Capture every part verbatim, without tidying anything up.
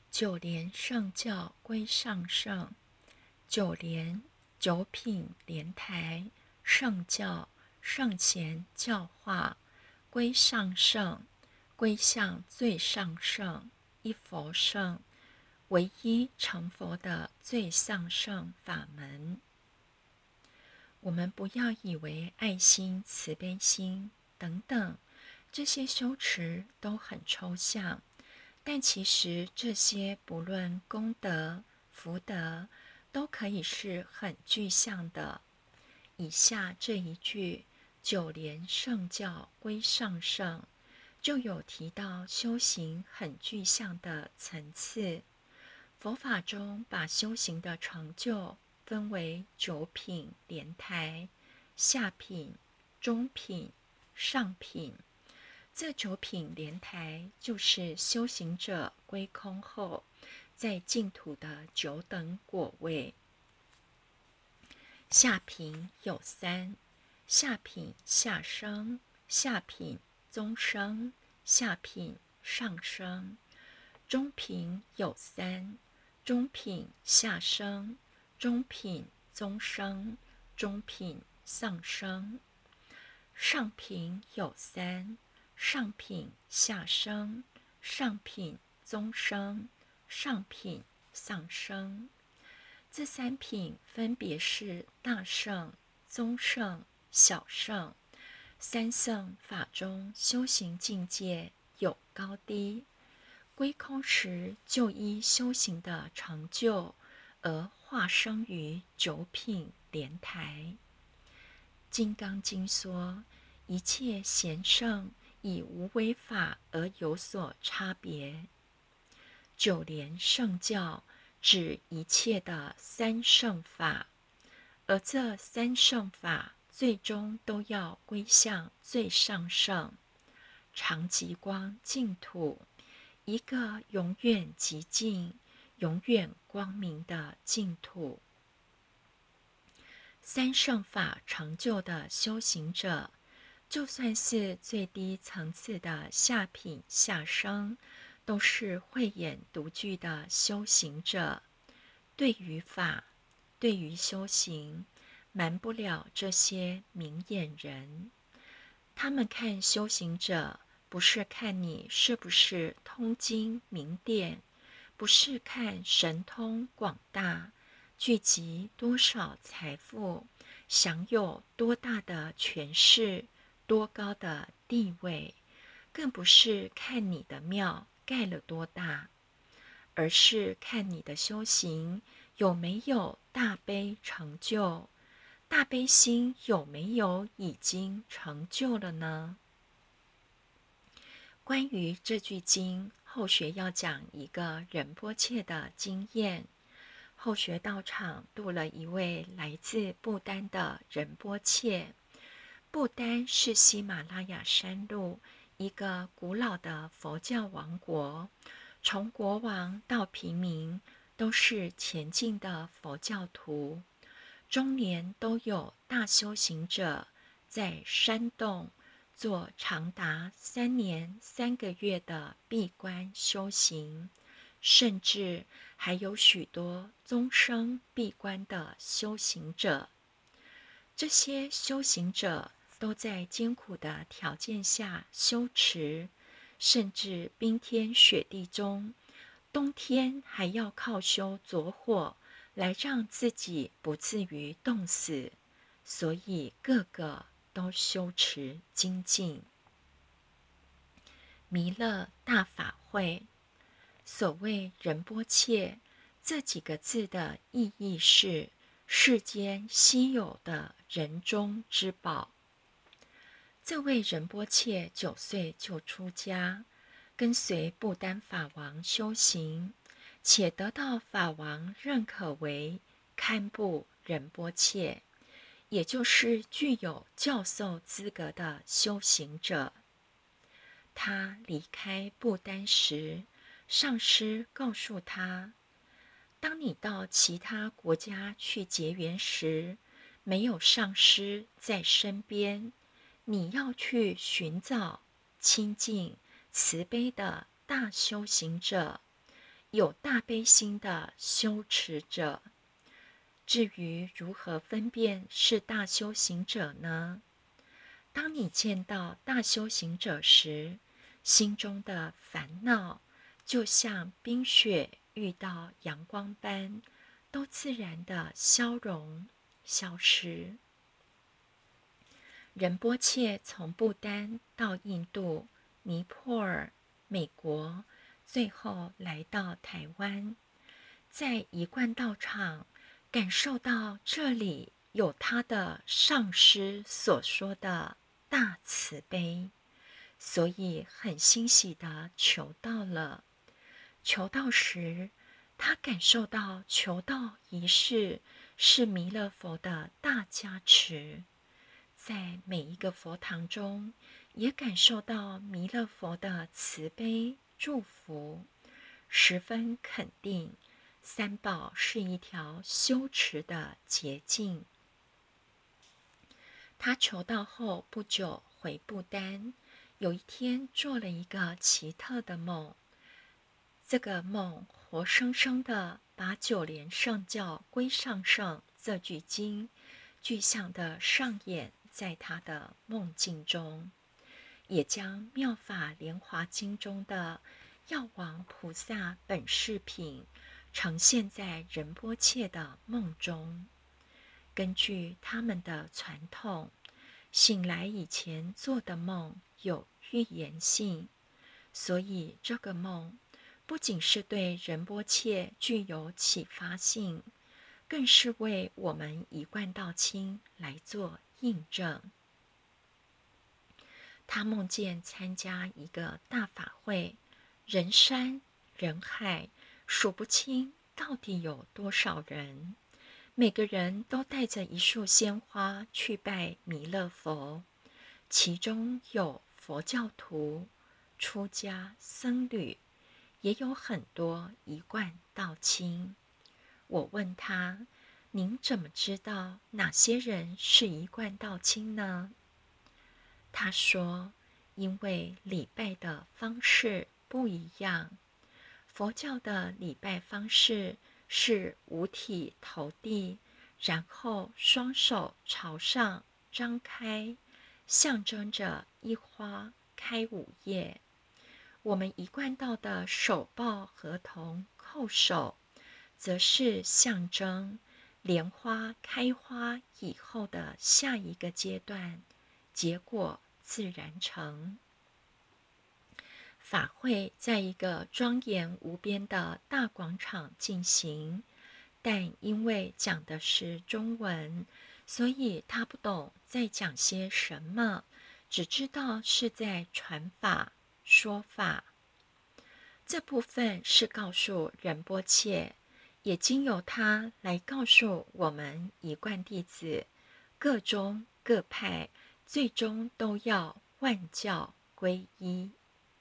九莲圣教归上圣，九莲九品莲台，圣教圣贤教化，归上圣，归向最上圣，一佛圣，唯一成佛的最上圣法门。我们不要以为爱心、慈悲心等等这些修持都很抽象，但其实这些不论功德、福德，都可以是很具象的。以下这一句九莲圣教归上圣，就有提到修行很具象的层次。佛法中把修行的成就分为九品莲台、下品、中品、上品。这九品莲台就是修行者归空后，在净土的九等果位。下品有三：下品下生、下品中生、下品上生。中品有三：中品下生、中品中生、中品上生。上品有三：上品下生、上品中生、上品上生。这三品分别是大圣、中圣、小圣。三圣法中修行境界有高低，归空时就依修行的成就而化生于九品莲台。金刚经说，一切贤圣以无为法而有所差别。九莲圣教指一切的三圣法，而这三圣法最终都要归向最上圣常寂光净土，一个永远寂静、永远光明的净土。三圣法成就的修行者，就算是最低层次的下品下生，都是慧眼独具的修行者。对于法，对于修行，瞒不了这些明眼人。他们看修行者，不是看你是不是通经明典，不是看神通广大，聚集多少财富，享有多大的权势，多高的地位，更不是看你的庙盖了多大，而是看你的修行有没有大悲成就，大悲心有没有已经成就了呢？关于这句经，后学要讲一个仁波切的经验。后学道场度了一位来自不丹的仁波切。不丹是喜马拉雅山麓一个古老的佛教王国，从国王到平民都是虔敬的佛教徒。终年都有大修行者在山洞做长达三年三个月的闭关修行，甚至还有许多终生闭关的修行者。这些修行者都在艰苦的条件下修持，甚至冰天雪地中，冬天还要靠修着火来让自己不至于冻死，所以个个都修持精进。弥勒大法会，所谓仁波切这几个字的意义是世间稀有的人中之宝。这位仁波切九岁就出家，跟随不丹法王修行，且得到法王认可为堪布仁波切，也就是具有教授资格的修行者。他离开不丹时，上师告诉他，当你到其他国家去结缘时，没有上师在身边，你要去寻找亲近慈悲的大修行者， 有大悲心的修持者。至于如何分辨是大修行者呢？当你见到大修行者时，心中的烦恼就像冰雪遇到阳光般，都自然的消融、消失。仁波切从不丹到印度、尼泊尔、美国，最后来到台湾，在一贯道场感受到这里有他的上师所说的大慈悲，所以很欣喜地求道了。求道时，他感受到求道仪式是弥勒佛的大加持，在每一个佛堂中也感受到弥勒佛的慈悲祝福，十分肯定三宝是一条修持的捷径。他求道后不久回不丹，有一天做了一个奇特的梦。这个梦活生生的把九莲圣教归上圣这句经具象的上演在他的梦境中，也将妙法莲华经中的药王菩萨本事品呈现在仁波切的梦中。根据他们的传统，醒来以前做的梦有预言性，所以这个梦不仅是对仁波切具有启发性，更是为我们一贯道亲来做印证。他梦见参加一个大法会，人山人海，数不清到底有多少人。每个人都带着一束鲜花去拜弥勒佛，其中有佛教徒、出家僧侣，也有很多一贯道亲。我问他：您怎么知道哪些人是一贯道亲呢？他说：因为礼拜的方式不一样。佛教的礼拜方式是五体投地，然后双手朝上张开，象征着一花开五叶。我们一贯道的手抱合同叩首，则是象征莲花开花以后的下一个阶段，结果自然成。法会在一个庄严无边的大广场进行，但因为讲的是中文，所以他不懂在讲些什么，只知道是在传法说法。这部分是告诉仁波切，也经由他来告诉我们一贯弟子，各宗各派最终都要万教归一。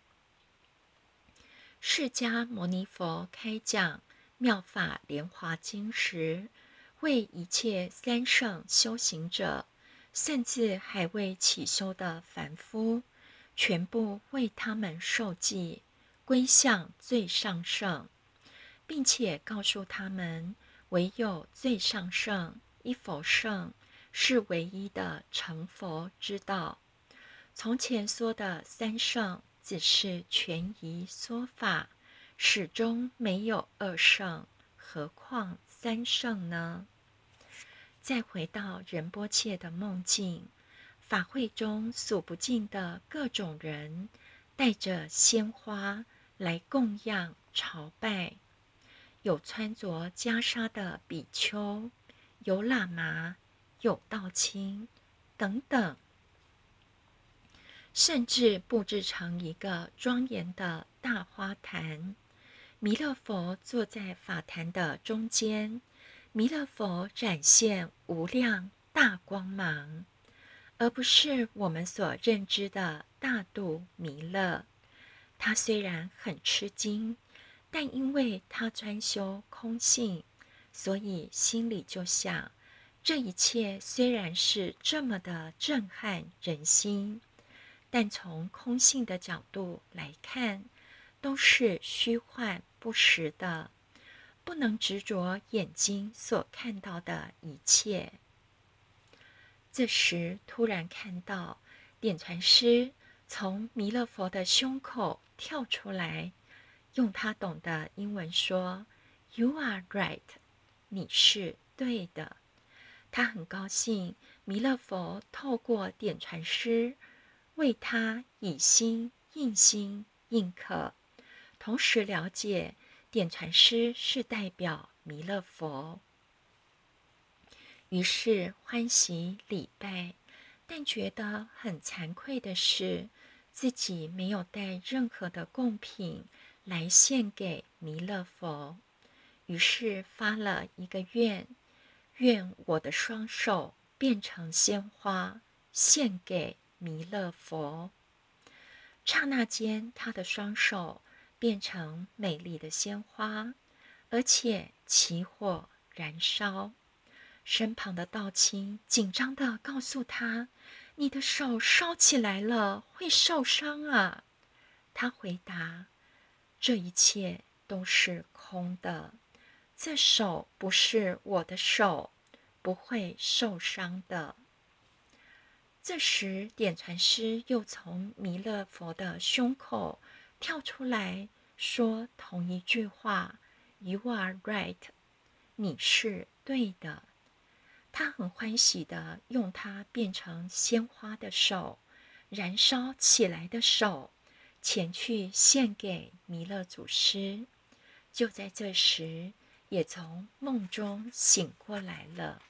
释迦牟尼佛开讲《妙法莲华经》时，为一切三圣修行者，甚至还未起修的凡夫，全部为他们受记，归向最上圣，并且告诉他们，唯有最上圣一佛圣是唯一的成佛之道。从前说的三圣只是权宜说法，始终没有二圣，何况三圣呢？再回到仁波切的梦境，法会中数不尽的各种人带着鲜花来供养朝拜，有穿着袈裟的比丘，有喇嘛，有道亲等等，甚至布置成一个庄严的大花坛。弥勒佛坐在法坛的中间，弥勒佛展现无量大光芒，而不是我们所认知的大肚弥勒。他虽然很吃惊，但因为他专修空性，所以心里就想，这一切虽然是这么的震撼人心，但从空性的角度来看， 都是虚幻不实的，不能执着眼睛所看到的一切。这时突然看到点传师从弥勒佛的胸口跳出来，用他懂的英文说 "You are right"， 你是对的。他很高兴弥勒佛透过点传师为他以心印心印刻，同时了解点传师是代表弥勒佛，于是欢喜礼拜，但觉得很惭愧的是，自己没有带任何的贡品来献给弥勒佛，于是发了一个愿，愿我的双手变成鲜花，献给弥勒佛。刹那间，他的双手变成美丽的鲜花，而且起火燃烧。身旁的道亲紧张地告诉他：你的手烧起来了，会受伤啊。他回答：这一切都是空的，这手不是我的手，不会受伤的。这时点传师又从弥勒佛的胸口跳出来说同一句话 You are right， 你是对的。他很欢喜地用它变成鲜花的手，燃烧起来的手，前去献给弥勒祖师。就在这时，也从梦中醒过来了。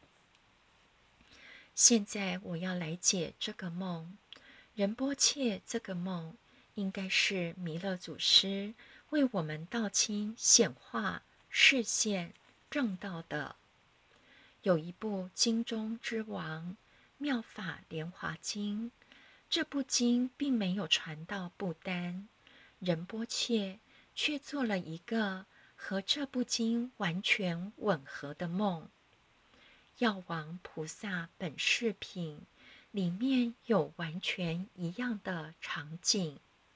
现在我要来解这个梦。仁波切这个梦，应该是弥勒祖师为我们道亲显化示现证道的。有一部经中之王妙法莲华经，这部经并没有传到不丹，仁波切却做了一个和这部经完全吻合的梦。药王菩萨本事品里面有完全一样的场景。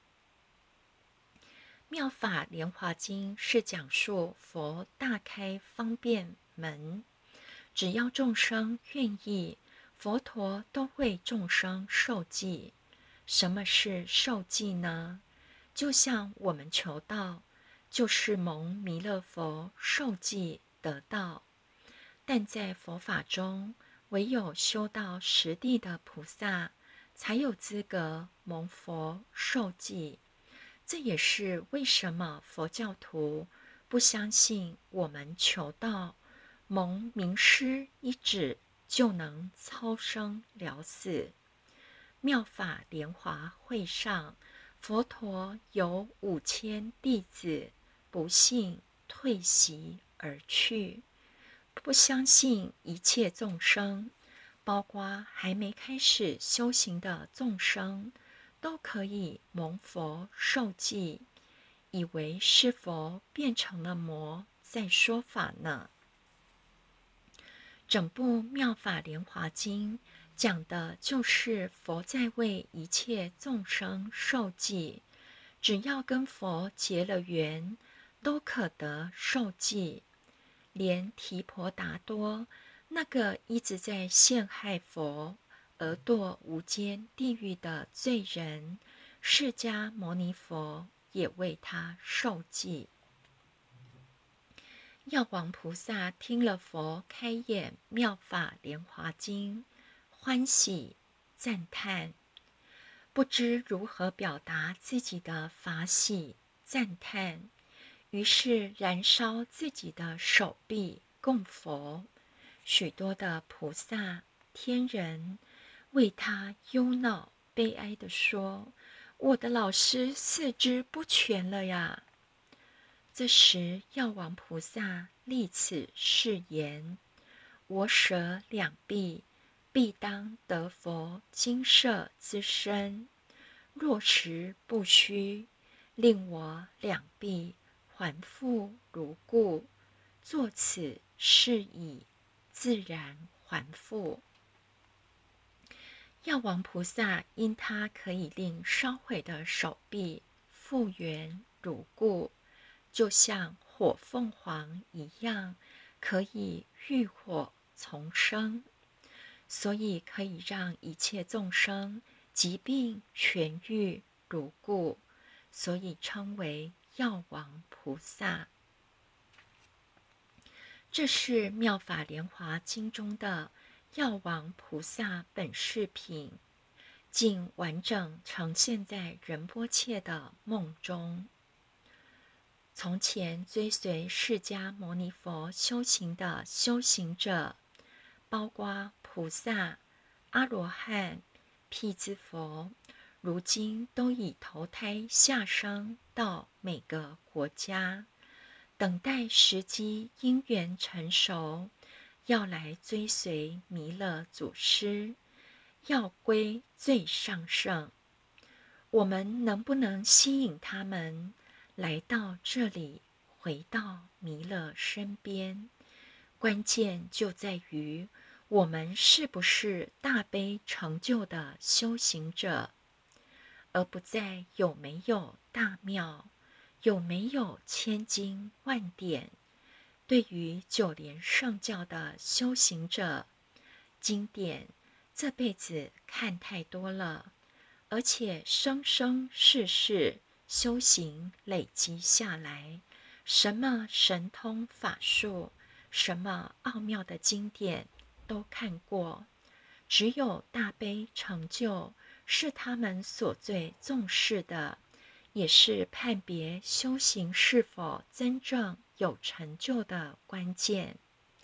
妙法莲华经是讲述佛大开方便门，只要众生愿意，佛陀都为众生受记。什么是受记呢？就像我们求道，就是蒙弥勒佛受记得道。但在佛法中，唯有修到实地的菩萨，才有资格蒙佛受记。这也是为什么佛教徒不相信我们求道，蒙名师一指就能超生了死。妙法莲华会上，佛陀有五千弟子，不信退席而去。不相信一切众生，包括还没开始修行的众生，都可以蒙佛受记，以为是佛变成了魔在说法呢。整部妙法莲华经讲的就是佛在为一切众生受记，只要跟佛结了缘，都可得受记。连提婆达多那个一直在陷害佛而堕无间地狱的罪人，释迦牟尼佛也为他受记。药王菩萨听了佛开演妙法莲华经，欢喜赞叹，不知如何表达自己的法喜赞叹，于是燃烧自己的手臂供佛。许多的菩萨天人为他忧恼悲哀地说：我的老师四肢不全了呀。这时药王菩萨立此誓言：我舍两臂，必当得佛金舍之身。若实不虚，令我两臂还复如故。作此誓已，自然还复。药王菩萨因他可以令烧毁的手臂复原如故，就像火凤凰一样，可以浴火重生，所以可以让一切众生疾病痊愈如故，所以称为药王菩萨。这是《妙法莲华经》中的药王菩萨本事品，竟完整呈现在仁波切的梦中。从前追随释迦牟尼佛修行的修行者，包括菩萨、阿罗汉、辟支佛，如今都已投胎下生到每个国家，等待时机因缘成熟，要来追随弥勒祖师，要归最上圣。我们能不能吸引他们来到这里，回到弥勒身边？关键就在于我们是不是大悲成就的修行者，而不在有没有大庙，有没有千经万典。对于九莲圣教的修行者，经典这辈子看太多了，而且生生世世修行累积下来，什么神通法术，什么奥妙的经典都看过，只有大悲成就是他们所最重视的，也是判别修行是否真正有成就的关键。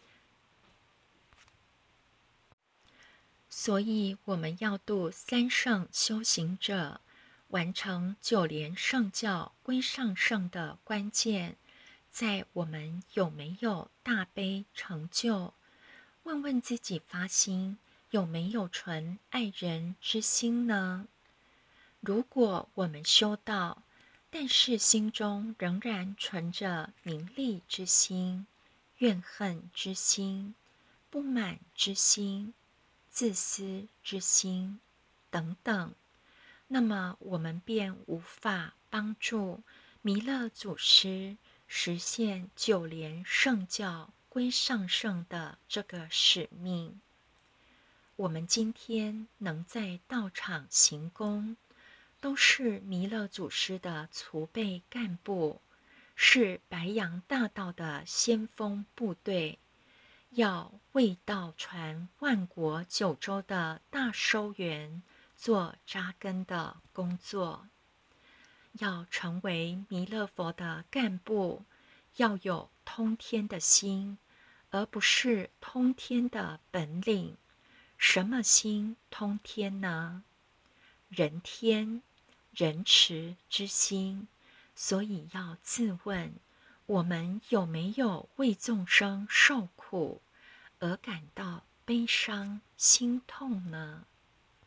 所以我们要度三圣修行者，完成九莲圣教归上圣的关键，在我们有没有大悲成就？问问自己发心有没有存爱人之心呢？如果我们修道，但是心中仍然存着名利之心、怨恨之心、不满之心、自私之心等等，那么我们便无法帮助弥勒祖师实现九莲圣教归上圣的这个使命。我们今天能在道场行功，都是弥勒祖师的储备干部，是白羊大道的先锋部队，要为道传万国九州的大收园做扎根的工作。要成为弥勒佛的干部，要有通天的心，而不是通天的本领。什么心通天呢？人天、仁慈之心。所以要自问，我们有没有为众生受苦而感到悲伤心痛呢？